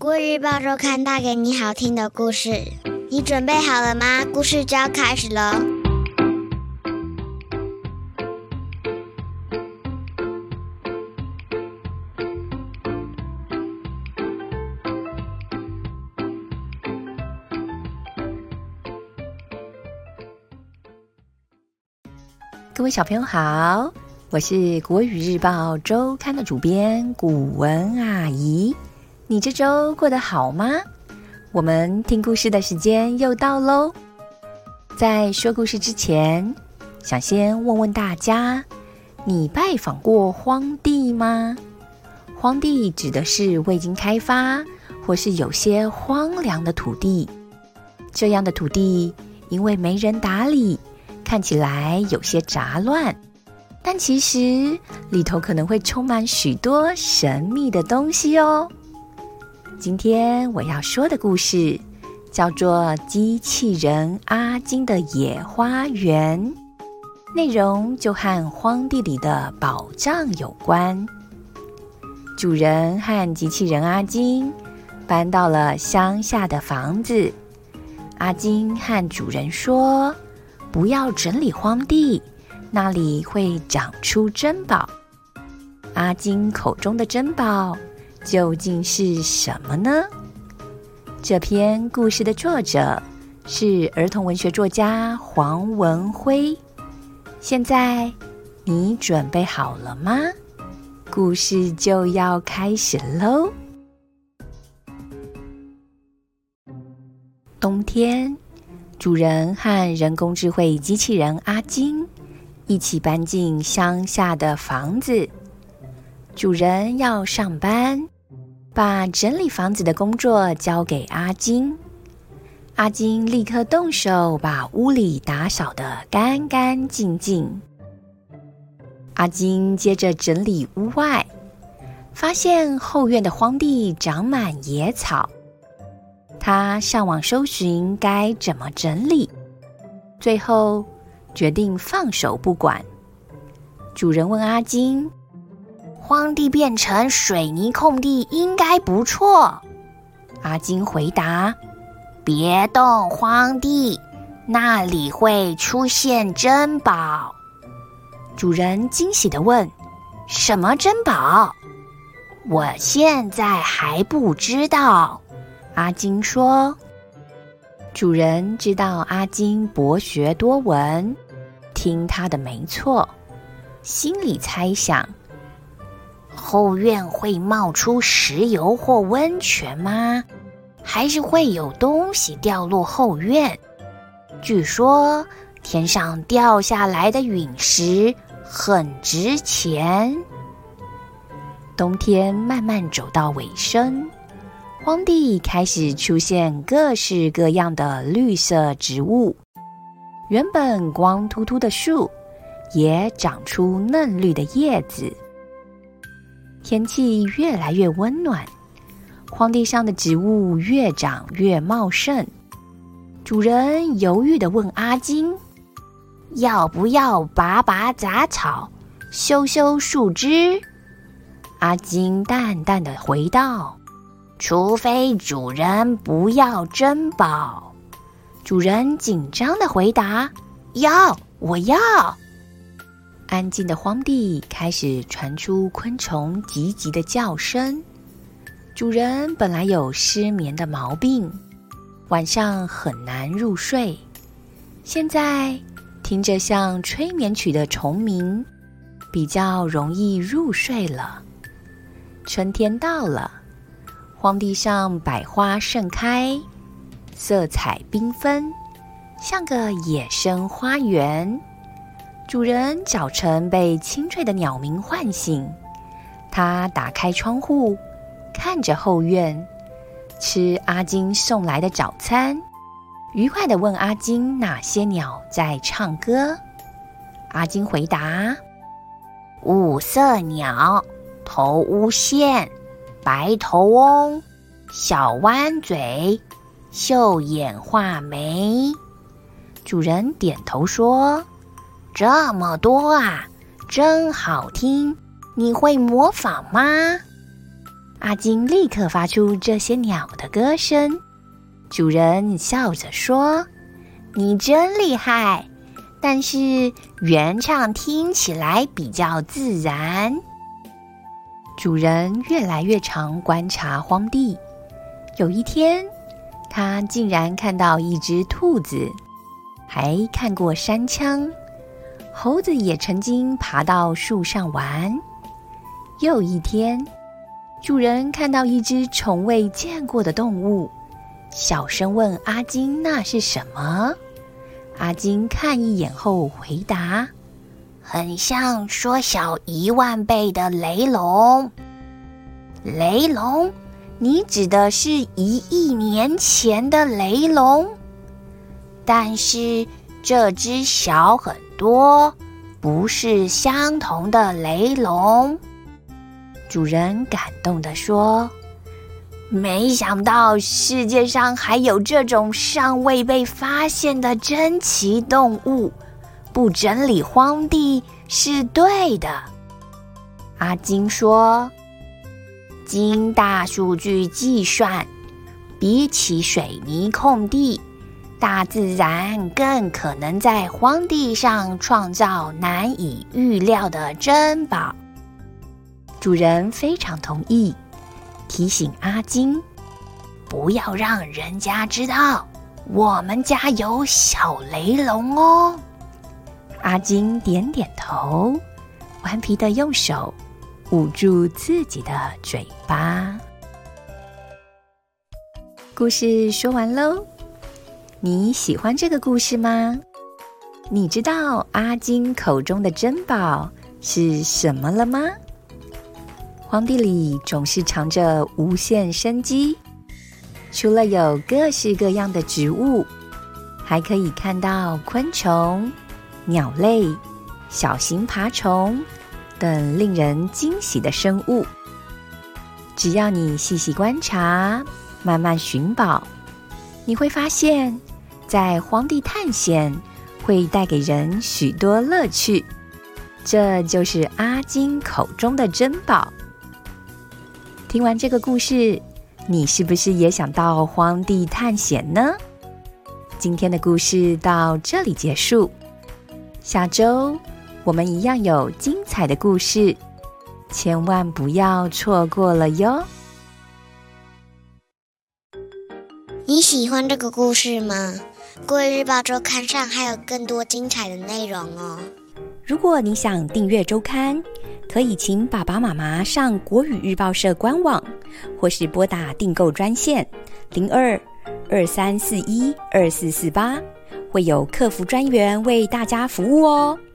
国语日报周刊带给你好听的故事，你准备好了吗？故事就要开始了。 各位小朋友好，我是国语日报周刊的主编古文阿姨。你这周过得好吗？我们听故事的时间又到咯。在说故事之前，想先问问大家，你拜访过荒地吗？荒地指的是未经开发或是有些荒凉的土地。这样的土地因为没人打理，看起来有些杂乱，但其实里头可能会充满许多神秘的东西哦。今天我要说的故事叫做《机器人阿金的野花园》，内容就和荒地里的宝藏有关。主人和机器人阿金搬到了乡下的房子。阿金和主人说，不要整理荒地，那里会长出珍宝。阿金口中的珍宝究竟是什么呢？这篇故事的作者是儿童文学作家黄文辉。现在你准备好了吗？故事就要开始咯。冬天，主人和人工智慧机器人阿金一起搬进乡下的房子。主人要上班，把整理房子的工作交给阿金。阿金立刻动手把屋里打扫得干干净净。阿金接着整理屋外，发现后院的荒地长满野草。他上网搜寻该怎么整理，最后决定放手不管。主人问阿金，荒地变成水泥空地应该不错。阿金回答，别动荒地，那里会出现珍宝。主人惊喜地问，什么珍宝？我现在还不知道。阿金说。主人知道阿金博学多闻，听他的没错，心里猜想，后院会冒出石油或温泉吗？还是会有东西掉落后院？据说天上掉下来的陨石很值钱。冬天慢慢走到尾声，荒地开始出现各式各样的绿色植物，原本光秃秃的树也长出嫩绿的叶子。天气越来越温暖，荒地上的植物越长越茂盛。主人犹豫地问阿金，要不要拔拔杂草，修修树枝？阿金淡淡地回道，除非主人不要珍宝。主人紧张地回答，要，我要。安静的荒地开始传出昆虫急急的叫声。主人本来有失眠的毛病，晚上很难入睡，现在听着像催眠曲的虫鸣，比较容易入睡了。春天到了，荒地上百花盛开，色彩缤纷，像个野生花园。主人早晨被清脆的鸟鸣唤醒，他打开窗户，看着后院，吃阿金送来的早餐，愉快地问阿金哪些鸟在唱歌。阿金回答，五色鸟，头乌线，白头翁，小弯嘴，秀眼画眉。主人点头说，这么多啊，真好听，你会模仿吗？ 阿金立刻发出这些鸟的歌声。主人笑着说：“你真厉害，但是原唱听起来比较自然。”主人越来越常观察荒地。有一天，他竟然看到一只兔子，还看过山羌。猴子也曾经爬到树上玩。又一天，主人看到一只从未见过的动物，小声问阿金那是什么。阿金看一眼后回答：“很像缩小10000倍的雷龙。”雷龙？你指的是1亿年前的雷龙？但是这只小很多，不是相同的雷龙。主人感动地说：“没想到世界上还有这种尚未被发现的珍奇动物，不整理荒地是对的。”阿金说：“经大数据计算，比起水泥空地，大自然更可能在荒地上创造难以预料的珍宝。”主人非常同意，提醒阿金不要让人家知道我们家有小雷龙哦。阿金点点头，顽皮地用手捂住自己的嘴巴。故事说完喽，你喜欢这个故事吗？你知道阿金口中的珍宝是什么了吗？荒地里总是藏着无限生机，除了有各式各样的植物，还可以看到昆虫、鸟类、小型爬虫等令人惊喜的生物。只要你细细观察，慢慢寻宝，你会发现在荒地探险会带给人许多乐趣。这就是阿金口中的珍宝。听完这个故事，你是不是也想到荒地探险呢？今天的故事到这里结束，下周我们一样有精彩的故事，千万不要错过了哟。 你喜欢这个故事吗？国语日报周刊上还有更多精彩的内容哦。 如果你想订阅周刊，可以请爸爸妈妈上国语日报社官网，或是拨打订购专线02-2341-2448，会有客服专员为大家服务哦。